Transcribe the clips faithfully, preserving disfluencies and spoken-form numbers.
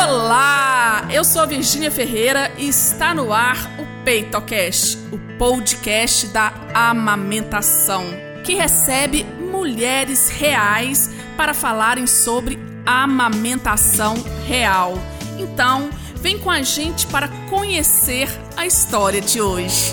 Olá, eu sou a Virgínia Ferreira e está no ar o PeitoCast, o podcast da amamentação, que recebe mulheres reais para falarem sobre amamentação real. Então, vem com a gente para conhecer a história de hoje.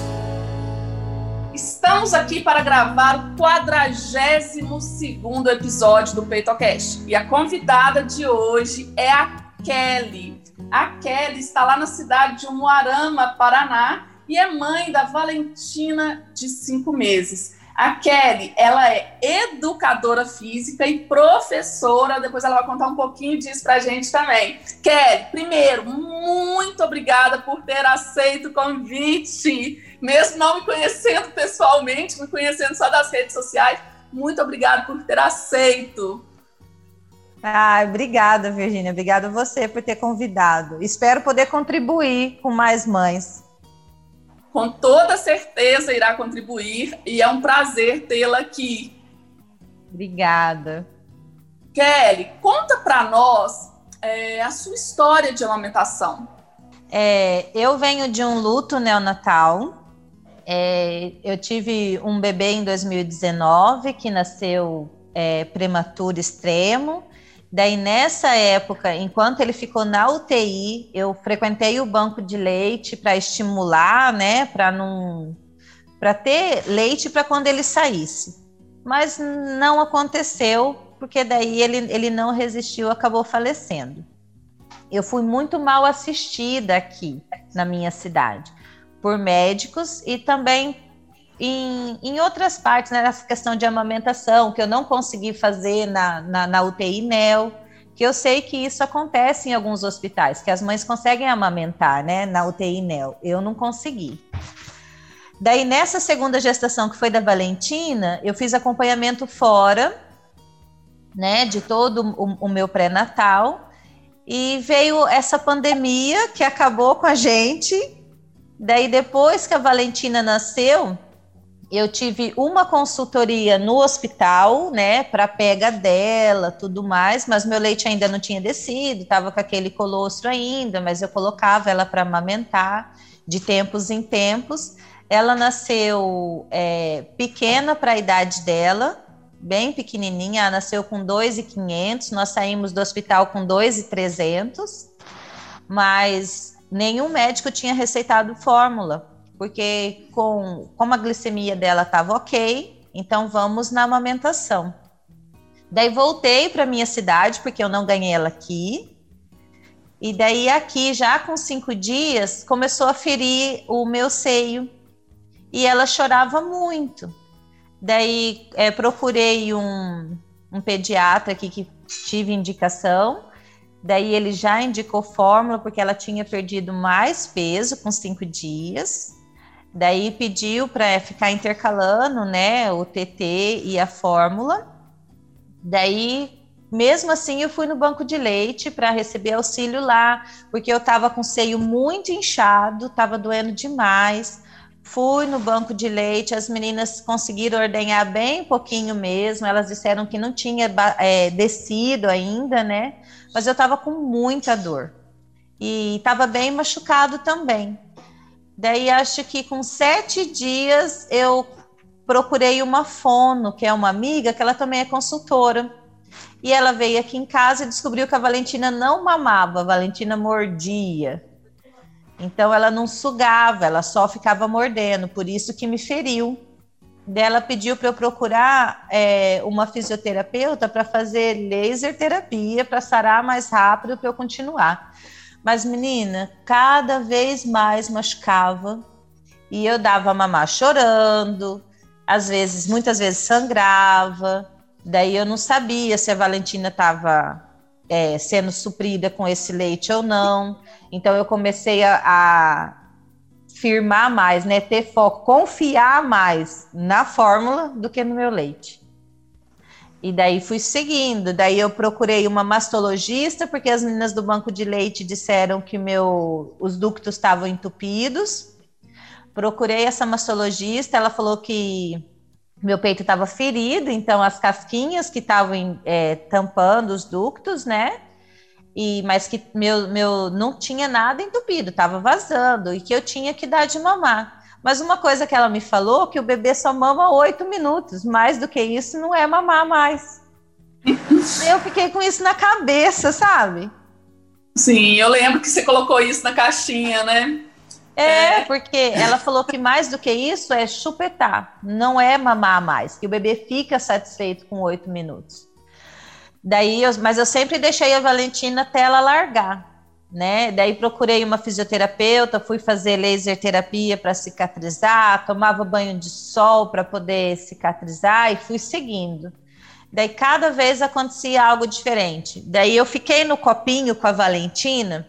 Estamos aqui para gravar o quadragésimo segundo episódio do PeitoCast. E a convidada de hoje é a Kelly. A Kelly está lá na cidade de Umuarama, Paraná, e é mãe da Valentina, de cinco meses. A Kelly, ela é educadora física e professora. Depois ela vai contar um pouquinho disso pra gente também. Kelly, primeiro, muito obrigada por ter aceito o convite. Mesmo não me conhecendo pessoalmente, me conhecendo só das redes sociais, muito obrigada por ter aceito. Ah, obrigada, Virgínia. Obrigada a você por ter convidado. Espero poder contribuir com mais mães. Com toda certeza irá contribuir e é um prazer tê-la aqui. Obrigada. Kelly, conta para nós é, a sua história de amamentação. É, eu venho de um luto neonatal. É, eu tive um bebê em dois mil e dezenove que nasceu é, prematuro extremo. Daí, nessa época, enquanto ele ficou na U T I, eu frequentei o banco de leite para estimular, né, para não, para ter leite para quando ele saísse. Mas não aconteceu, porque daí ele, ele não resistiu, acabou falecendo. Eu fui muito mal assistida aqui na minha cidade, por médicos e também em, em outras partes, né, nessa questão de amamentação, que eu não consegui fazer na, na, na U T I N E L, que eu sei que isso acontece em alguns hospitais, que as mães conseguem amamentar, né, na U T I N E L. Eu não consegui. Daí, nessa segunda gestação, que foi da Valentina, eu fiz acompanhamento fora, né, de todo o, o meu pré-natal, e veio essa pandemia que acabou com a gente. Daí, depois que a Valentina nasceu, eu tive uma consultoria no hospital, né, para pega dela, tudo mais, mas meu leite ainda não tinha descido, estava com aquele colostro ainda, mas eu colocava ela para amamentar de tempos em tempos. Ela nasceu é, pequena para a idade dela, bem pequenininha, ela nasceu com dois mil e quinhentos, nós saímos do hospital com dois mil e trezentos, mas nenhum médico tinha receitado fórmula, porque com, como a glicemia dela estava ok, então vamos na amamentação. Daí voltei para minha cidade, porque eu não ganhei ela aqui, e daí aqui, já com cinco dias, começou a ferir o meu seio, e ela chorava muito. Daí é, procurei um, um pediatra aqui que tive indicação. Daí ele já indicou fórmula, porque ela tinha perdido mais peso com cinco dias. Daí pediu para ficar intercalando, né, o T T e a fórmula. Daí, mesmo assim, eu fui no banco de leite para receber auxílio lá, porque eu estava com o seio muito inchado, estava doendo demais. Fui no banco de leite, as meninas conseguiram ordenhar bem pouquinho mesmo, elas disseram que não tinha é, descido ainda, né? Mas eu estava com muita dor e estava bem machucado também. Daí acho que com sete dias eu procurei uma fono, que é uma amiga, que ela também é consultora. E ela veio aqui em casa e descobriu que a Valentina não mamava, a Valentina mordia. Então ela não sugava, ela só ficava mordendo, por isso que me feriu. Daí ela pediu para eu procurar é, uma fisioterapeuta para fazer laser terapia, para sarar mais rápido, para eu continuar. Mas, menina, cada vez mais machucava e eu dava mamar chorando, às vezes, muitas vezes sangrava. Daí eu não sabia se a Valentina estava é, sendo suprida com esse leite ou não. Então eu comecei a, a firmar mais, né, ter foco, confiar mais na fórmula do que no meu leite. E daí fui seguindo, daí eu procurei uma mastologista, porque as meninas do banco de leite disseram que meu, os ductos estavam entupidos. Procurei essa mastologista, ela falou que meu peito estava ferido, então as casquinhas que estavam é, tampando os ductos, né, e, mas que meu, meu não tinha nada entupido, estava vazando, e que eu tinha que dar de mamar. Mas uma coisa que ela me falou, que o bebê só mama oito minutos, mais do que isso não é mamar mais. Eu fiquei com isso na cabeça, sabe? Sim, eu lembro que você colocou isso na caixinha, né? É, é, porque ela falou que mais do que isso é chupetar, não é mamar mais, que o bebê fica satisfeito com oito minutos. Daí, eu, mas eu sempre deixei a Valentina até ela largar, né? Daí procurei uma fisioterapeuta, fui fazer laser terapia para cicatrizar, tomava banho de sol para poder cicatrizar e fui seguindo. Daí cada vez acontecia algo diferente. Daí eu fiquei no copinho com a Valentina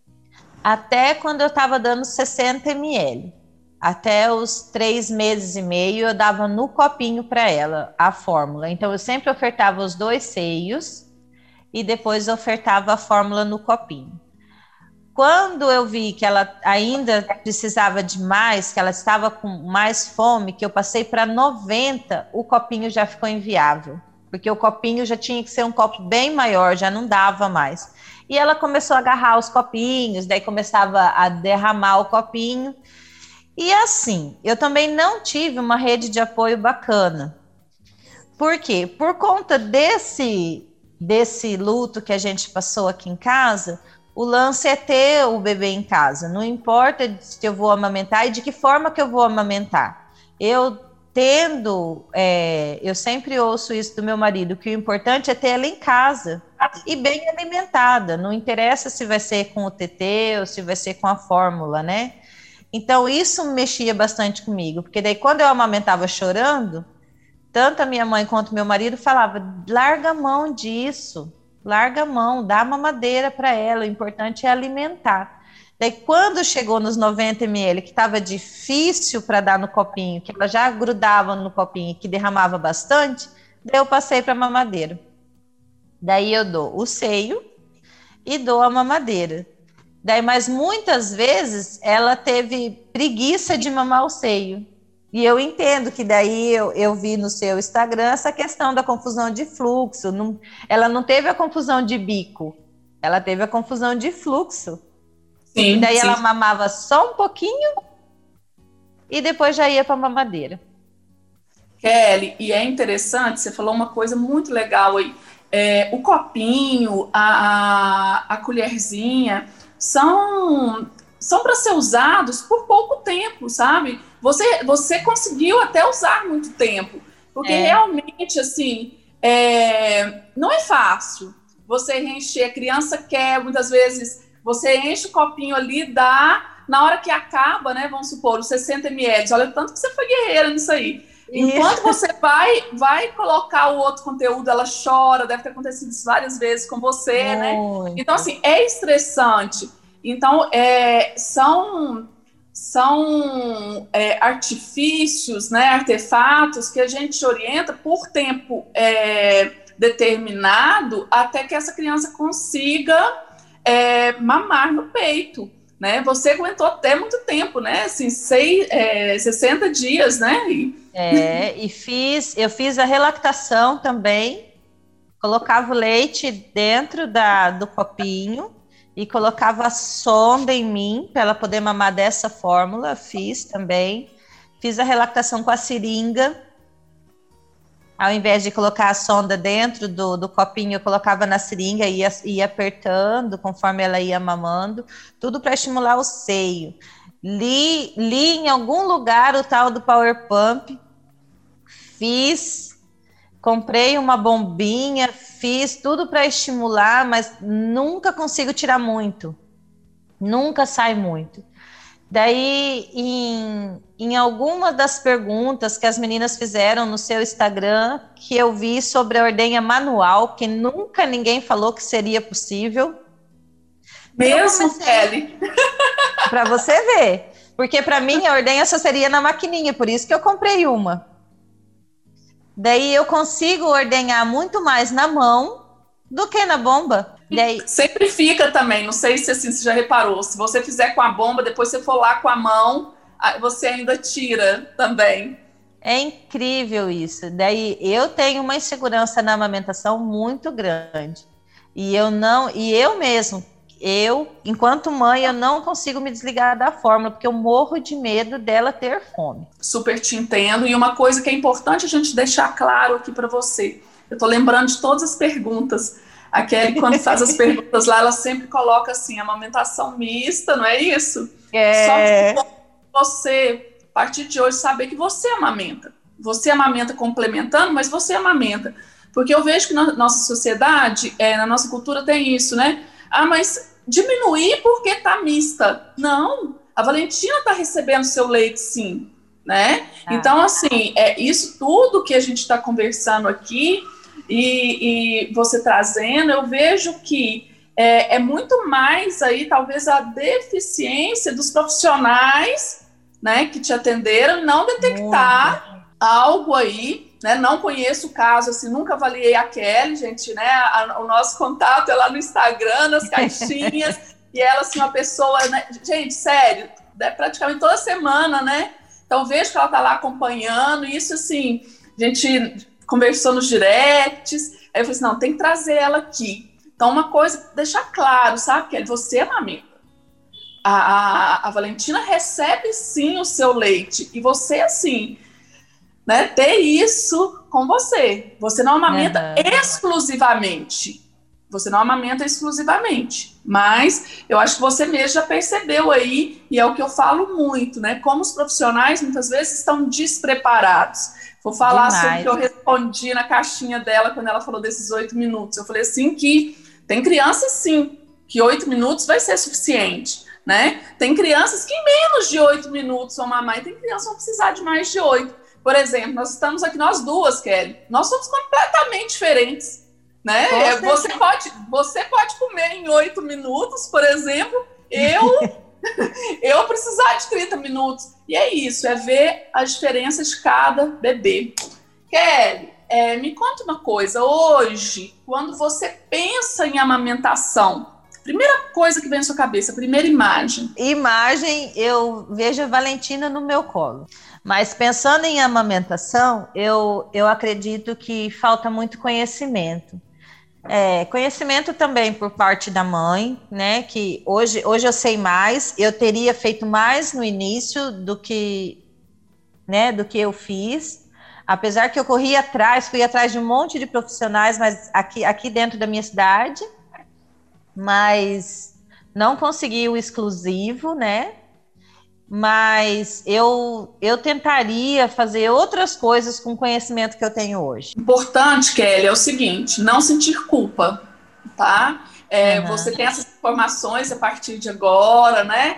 até quando eu estava dando sessenta mililitros. Até os três meses e meio eu dava no copinho para ela a fórmula. Então eu sempre ofertava os dois seios e depois ofertava a fórmula no copinho. Quando eu vi que ela ainda precisava de mais, que ela estava com mais fome, que eu passei para noventa, o copinho já ficou inviável. Porque o copinho já tinha que ser um copo bem maior, já não dava mais. E ela começou a agarrar os copinhos, daí começava a derramar o copinho. E assim, eu também não tive uma rede de apoio bacana. Por quê? Por conta desse, desse luto que a gente passou aqui em casa, o lance é ter o bebê em casa. Não importa se eu vou amamentar e de que forma que eu vou amamentar. Eu tendo, é, eu sempre ouço isso do meu marido, que o importante é ter ela em casa e bem alimentada. Não interessa se vai ser com o T T ou se vai ser com a fórmula, né? Então, isso mexia bastante comigo, porque daí quando eu amamentava chorando, tanto a minha mãe quanto meu marido falavam, larga a mão disso, larga a mão, dá mamadeira para ela, o importante é alimentar. Daí quando chegou nos noventa mililitros, que estava difícil para dar no copinho, que ela já grudava no copinho e que derramava bastante, daí eu passei para mamadeira. Daí eu dou o seio e dou a mamadeira. Daí, mas muitas vezes ela teve preguiça de mamar o seio. E eu entendo que daí eu, eu vi no seu Instagram essa questão da confusão de fluxo. Não, ela não teve a confusão de bico, ela teve a confusão de fluxo. Sim, e daí sim. Ela mamava só um pouquinho e depois já ia para a mamadeira. Kelly, e é interessante, você falou uma coisa muito legal aí. É, o copinho, a, a, a colherzinha... são, são para ser usados por pouco tempo, sabe? Você, você conseguiu até usar muito tempo, porque é. realmente, assim, é, não é fácil você encher, a criança quer, muitas vezes, você enche o copinho ali, dá, na hora que acaba, né, vamos supor, os sessenta mililitros, olha o tanto que você foi guerreira nisso aí. Enquanto Isso. você vai, vai colocar o outro conteúdo, ela chora, deve ter acontecido isso várias vezes com você, Muito. né? Então, assim, é estressante. Então, é, são, são é, artifícios, né, artefatos que a gente orienta por tempo é, determinado até que essa criança consiga é, mamar no peito. Né? Você aguentou até muito tempo, né? Assim, seis, é, sessenta dias, né? E... É, e fiz, eu fiz a relactação também, colocava o leite dentro da, do copinho e colocava a sonda em mim para ela poder mamar dessa fórmula, fiz também. Fiz a relactação com a seringa. Ao invés de colocar a sonda dentro do, do copinho, eu colocava na seringa e ia, ia apertando conforme ela ia mamando, tudo para estimular o seio. Li, li em algum lugar o tal do Power Pump, fiz, comprei uma bombinha, fiz tudo para estimular, mas nunca consigo tirar muito, nunca sai muito. Daí, em, em alguma das perguntas que as meninas fizeram no seu Instagram, que eu vi sobre a ordenha manual, que nunca ninguém falou que seria possível. Mesmo, Kelly? Para você ver. Porque para mim a ordenha só seria na maquininha, por isso que eu comprei uma. Daí eu consigo ordenhar muito mais na mão do que na bomba. Daí... Sempre fica também, não sei se assim, você já reparou, se você fizer com a bomba, depois você for lá com a mão, você ainda tira também. É incrível isso. Daí eu tenho uma insegurança na amamentação muito grande. E eu não, e eu mesmo, eu, enquanto mãe, eu não consigo me desligar da fórmula, porque eu morro de medo dela ter fome. Super te entendo. E uma coisa que é importante a gente deixar claro aqui para você. Eu tô lembrando de todas as perguntas. A Kelly, quando faz as perguntas lá, ela sempre coloca assim, amamentação mista, não é isso? É. Só que você, a partir de hoje, saber que você amamenta. Você amamenta complementando, mas você amamenta. Porque eu vejo que na nossa sociedade, é, na nossa cultura tem isso, né? Ah, mas diminuir porque tá mista. Não, a Valentina tá recebendo seu leite sim, né? Ah. Então, assim, é isso tudo que a gente está conversando aqui e, e você trazendo, eu vejo que é, é muito mais aí, talvez, a deficiência dos profissionais, né, que te atenderam e não detectar muito. Algo aí, né? Não conheço o caso, assim, nunca avaliei a Kelly, gente, né? A, o nosso contato é lá no Instagram, nas caixinhas, e ela, assim, uma pessoa, né? Gente, sério, é praticamente toda semana, né? Então, vejo que ela tá lá acompanhando, e isso, assim, a gente conversou nos directs, aí eu falei assim, não, tem que trazer ela aqui. Então, uma coisa, deixar claro, sabe, Kelly, você amamenta. A, a, a Valentina recebe, sim, o seu leite, e você, assim... Né, ter isso com você. Você não amamenta uhum. exclusivamente. Você não amamenta exclusivamente. Mas eu acho que você mesmo já percebeu aí, e é o que eu falo muito, né? Como os profissionais muitas vezes estão despreparados. Vou falar Demais. sobre o que eu respondi na caixinha dela quando ela falou desses oito minutos. Eu falei assim que tem crianças, sim, que oito minutos vai ser suficiente. Né? Tem crianças que em menos de oito minutos vão mamar, e tem crianças que vão precisar de mais de oito. Por exemplo, nós estamos aqui, nós duas, Kelly, nós somos completamente diferentes, né? Você pode, você pode comer em oito minutos, por exemplo, eu, eu precisar de trinta minutos. E é isso, é ver as diferenças de cada bebê. Kelly, é, me conta uma coisa, hoje, quando você pensa em amamentação, primeira coisa que vem na sua cabeça, primeira imagem. Imagem, eu vejo a Valentina no meu colo. Mas pensando em amamentação, eu, eu acredito que falta muito conhecimento. É, conhecimento também por parte da mãe, né? Que hoje, hoje eu sei mais, eu teria feito mais no início do que, né, do que eu fiz. Apesar que eu corri atrás, fui atrás de um monte de profissionais, mas aqui, aqui dentro da minha cidade, mas não consegui o exclusivo, né? Mas eu, eu tentaria fazer outras coisas com o conhecimento que eu tenho hoje. Importante, Kelly, é o seguinte, não sentir culpa, tá? É, uhum. Você tem essas informações a partir de agora, né?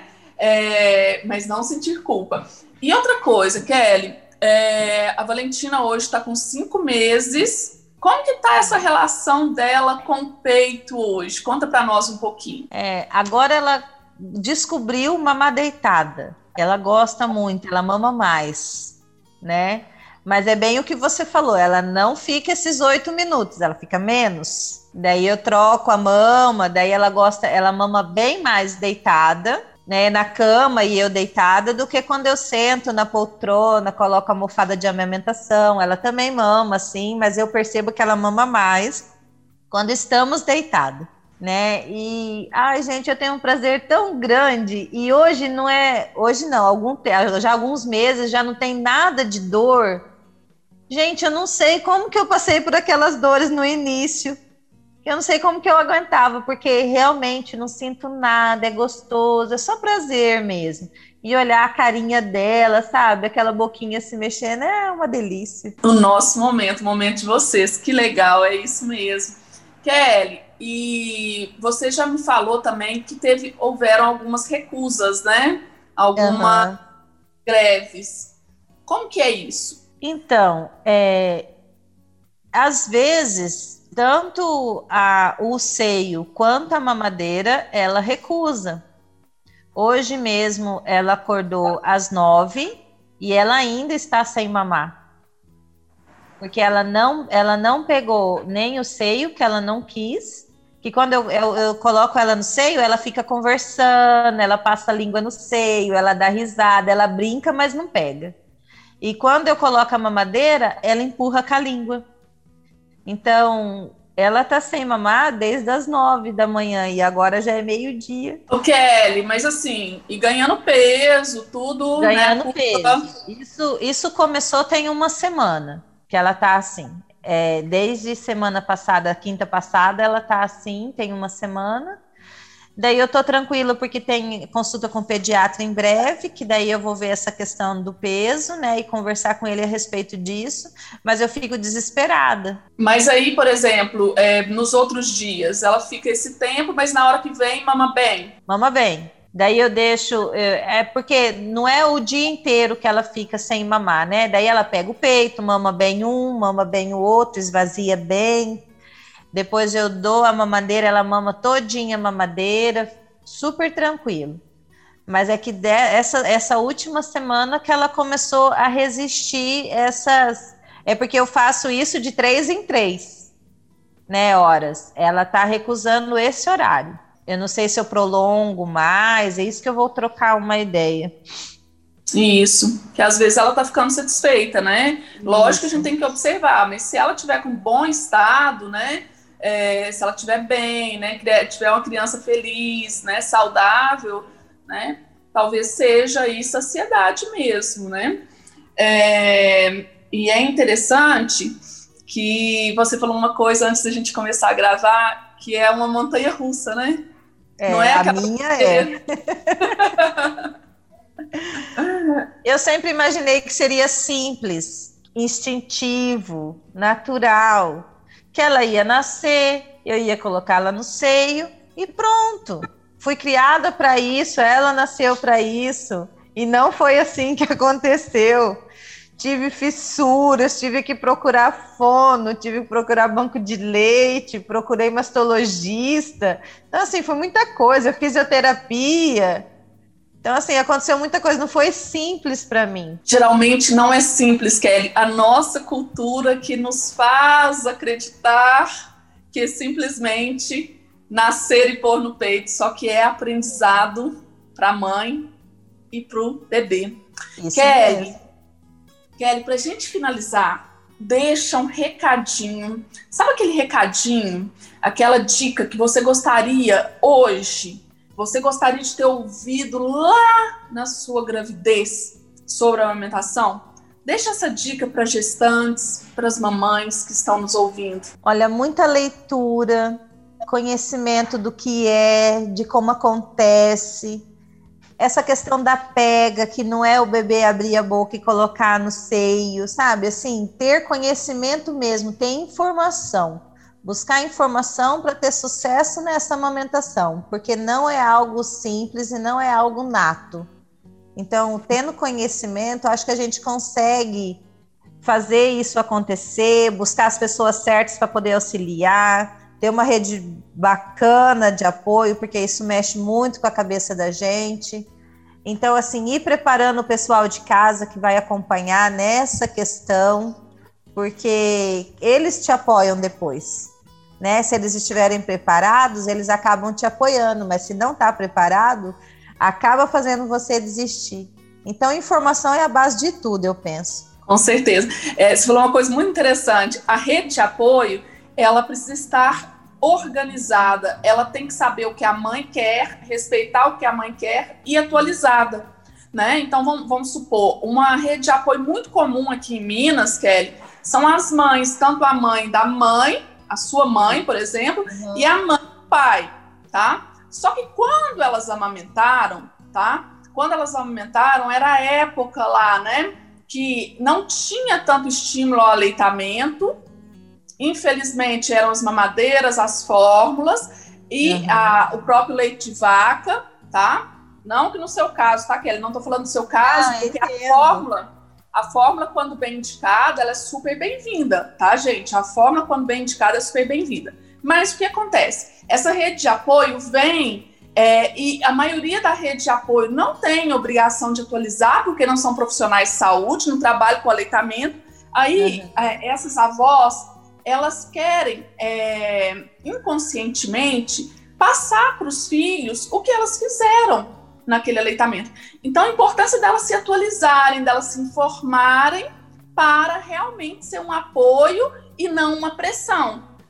É, mas não sentir culpa. E outra coisa, Kelly, é, a Valentina hoje está com cinco meses. Como que tá essa relação dela com o peito hoje? Conta para nós um pouquinho. É, agora ela descobriu mamar deitada. Ela gosta muito, ela mama mais, né? Mas é bem o que você falou, ela não fica esses oito minutos, ela fica menos. Daí eu troco a mama, daí ela gosta, ela mama bem mais deitada, né? Na cama e eu deitada, do que quando eu sento na poltrona, coloco a almofada de amamentação. Ela também mama, sim, mas eu percebo que ela mama mais quando estamos deitados. Né? E, ai, gente, eu tenho um prazer tão grande, e hoje não é, hoje não, algum, já há alguns meses já não tem nada de dor. Gente, eu não sei como que eu passei por aquelas dores no início, eu não sei como que eu aguentava, porque realmente não sinto nada, é gostoso, é só prazer mesmo. E olhar a carinha dela, sabe, aquela boquinha se mexendo, é uma delícia. O nosso momento, o momento de vocês, que legal, é isso mesmo. Kelly, e você já me falou também que teve, houveram algumas recusas, né? Algumas uhum. greves. Como que é isso? Então, é, às vezes, tanto a, o seio quanto a mamadeira, ela recusa. Hoje mesmo, ela acordou às nove e ela ainda está sem mamar. Porque ela não, ela não pegou nem o seio, que ela não quis, que quando eu, eu, eu coloco ela no seio, ela fica conversando, ela passa a língua no seio, ela dá risada, ela brinca, mas não pega. E quando eu coloco a mamadeira, ela empurra com a língua. Então, Ela tá sem mamar desde as nove da manhã e agora já é meio-dia. O Kelly, mas assim, e ganhando peso, tudo, Ganhando né? peso. Isso, isso começou tem uma semana que ela tá assim. É, desde semana passada, quinta passada, ela tá assim, tem uma semana. Daí eu tô tranquila porque tem consulta com o pediatra em breve, que daí eu vou ver essa questão do peso, né, e conversar com ele a respeito disso, mas eu fico desesperada. Mas aí, por exemplo, é, nos outros dias, ela fica esse tempo, mas na hora que vem, mama bem. Mama bem. Daí eu deixo, é porque não é o dia inteiro que ela fica sem mamar, né? Daí ela pega o peito, mama bem um, mama bem o outro, esvazia bem. Depois eu dou a mamadeira, ela mama todinha a mamadeira, super tranquilo. Mas é que de, essa, essa última semana que ela começou a resistir essas... É porque eu faço isso de três em três, né, horas. Ela tá recusando esse horário. Eu não sei se eu prolongo mais, é isso que eu vou trocar uma ideia. Isso, que às vezes ela tá ficando satisfeita, né? Isso. Lógico que a gente tem que observar, mas se ela tiver com bom estado, né? É, se ela estiver bem, né, tiver uma criança feliz, né, saudável, né, talvez seja aí saciedade mesmo, né, é, e é interessante que você falou uma coisa antes da gente começar a gravar, que é uma montanha russa, né? É, não é a minha é. Eu sempre imaginei que seria simples, instintivo, natural, que ela ia nascer, eu ia colocá-la no seio e pronto. Fui criada para isso, ela nasceu para isso e não foi assim que aconteceu. Tive fissuras, tive que procurar fono, tive que procurar banco de leite, procurei mastologista. Então, assim, foi muita coisa, fisioterapia. Então, assim, aconteceu muita coisa, não foi simples para mim. Geralmente não é simples, Kelly. A nossa cultura que nos faz acreditar que simplesmente nascer e pôr no peito, só que é aprendizado para a mãe e para o bebê. Isso Kelly, mesmo. Kelly, para a gente finalizar, deixa um recadinho. Sabe aquele recadinho, aquela dica que você gostaria hoje... Você gostaria de ter ouvido lá na sua gravidez sobre a amamentação? Deixa essa dica para gestantes, para as mamães que estão nos ouvindo. Olha, muita leitura, conhecimento do que é, de como acontece. Essa questão da pega, que não é o bebê abrir a boca e colocar no seio, sabe? Assim, ter conhecimento mesmo, ter informação. Buscar informação para ter sucesso nessa amamentação, porque não é algo simples e não é algo nato. Então, tendo conhecimento, acho que a gente consegue fazer isso acontecer, buscar as pessoas certas para poder auxiliar, ter uma rede bacana de apoio, porque isso mexe muito com a cabeça da gente. Então, assim, ir preparando o pessoal de casa que vai acompanhar nessa questão, porque eles te apoiam depois. Né? Se eles estiverem preparados, eles acabam te apoiando, mas se não está preparado, acaba fazendo você desistir. Então, informação é a base de tudo, eu penso. Com certeza. É, você falou uma coisa muito interessante. A rede de apoio, ela precisa estar organizada. Ela tem que saber o que a mãe quer, respeitar o que a mãe quer e atualizada. Né? Então, vamos, vamos supor, uma rede de apoio muito comum aqui em Minas, Kelly, são as mães, tanto a mãe da mãe, a sua mãe, por exemplo, uhum. e a mãe do pai, tá? Só que quando elas amamentaram, tá? Quando elas amamentaram, era a época lá, né? Que não tinha tanto estímulo ao aleitamento. Infelizmente, eram as mamadeiras, as fórmulas e uhum. a, o próprio leite de vaca, tá? Não que no seu caso, tá, Kelly? Não tô falando do seu caso, ah, porque entendo. a fórmula... A fórmula, quando bem indicada, ela é super bem-vinda, tá, gente? A fórmula, quando bem indicada, é super bem-vinda. Mas o que acontece? Essa rede de apoio vem, é, e a maioria da rede de apoio não tem obrigação de atualizar, porque não são profissionais de saúde, não trabalham com aleitamento. Aí, uhum. é, essas avós, elas querem, é, inconscientemente, passar para os filhos o que elas fizeram naquele aleitamento. Então, a importância delas se atualizarem, delas se informarem para realmente ser um apoio e não uma pressão,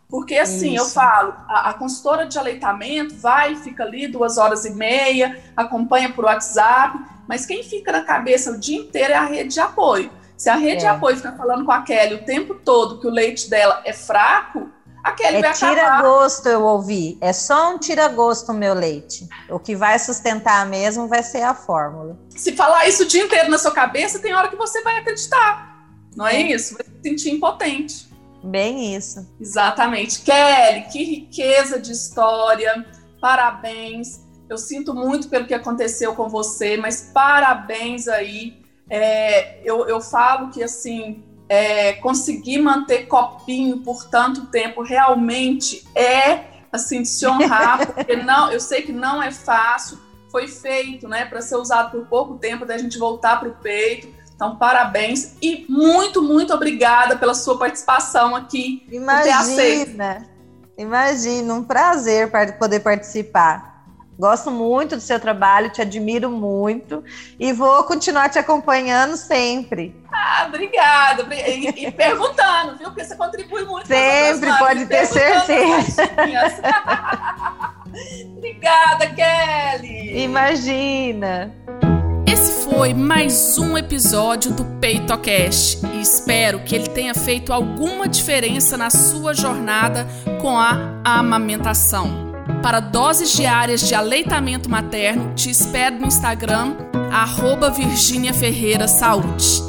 Porque, assim, Isso. eu falo, a, a consultora de aleitamento vai, fica ali duas horas e meia, acompanha por WhatsApp, mas quem fica na cabeça o dia inteiro é a rede de apoio. Se a rede é. de apoio fica falando com a Kelly o tempo todo que o leite dela é fraco, a Kelly é vai acabar... É tira-gosto, eu ouvi. É só um tira-gosto o meu leite. O que vai sustentar mesmo vai ser a fórmula. Se falar isso o dia inteiro na sua cabeça, tem hora que você vai acreditar. Não é, é isso? Vai se sentir impotente. Bem isso. Exatamente. Kelly, que riqueza de história. Parabéns. Eu sinto muito pelo que aconteceu com você, mas parabéns aí. É, eu, eu falo que, assim, é, conseguir manter copinho por tanto tempo realmente é, assim, de se honrar, porque não, eu sei que não é fácil. Foi feito, né, para ser usado por pouco tempo, da gente voltar para o peito. Então, parabéns e muito, muito obrigada pela sua participação aqui. Imagina, imagina, um prazer poder participar. Gosto muito do seu trabalho, te admiro muito e vou continuar te acompanhando sempre. Ah, obrigada. E, e perguntando, viu? Porque você contribui muito. Sempre, pode ter certeza. Obrigada, Kelly. Imagina. Esse foi mais um episódio do PeitoCast e espero que ele tenha feito alguma diferença na sua jornada com a amamentação. Para doses diárias de aleitamento materno, te espero no Instagram, arroba Virginia Ferreira Saúde.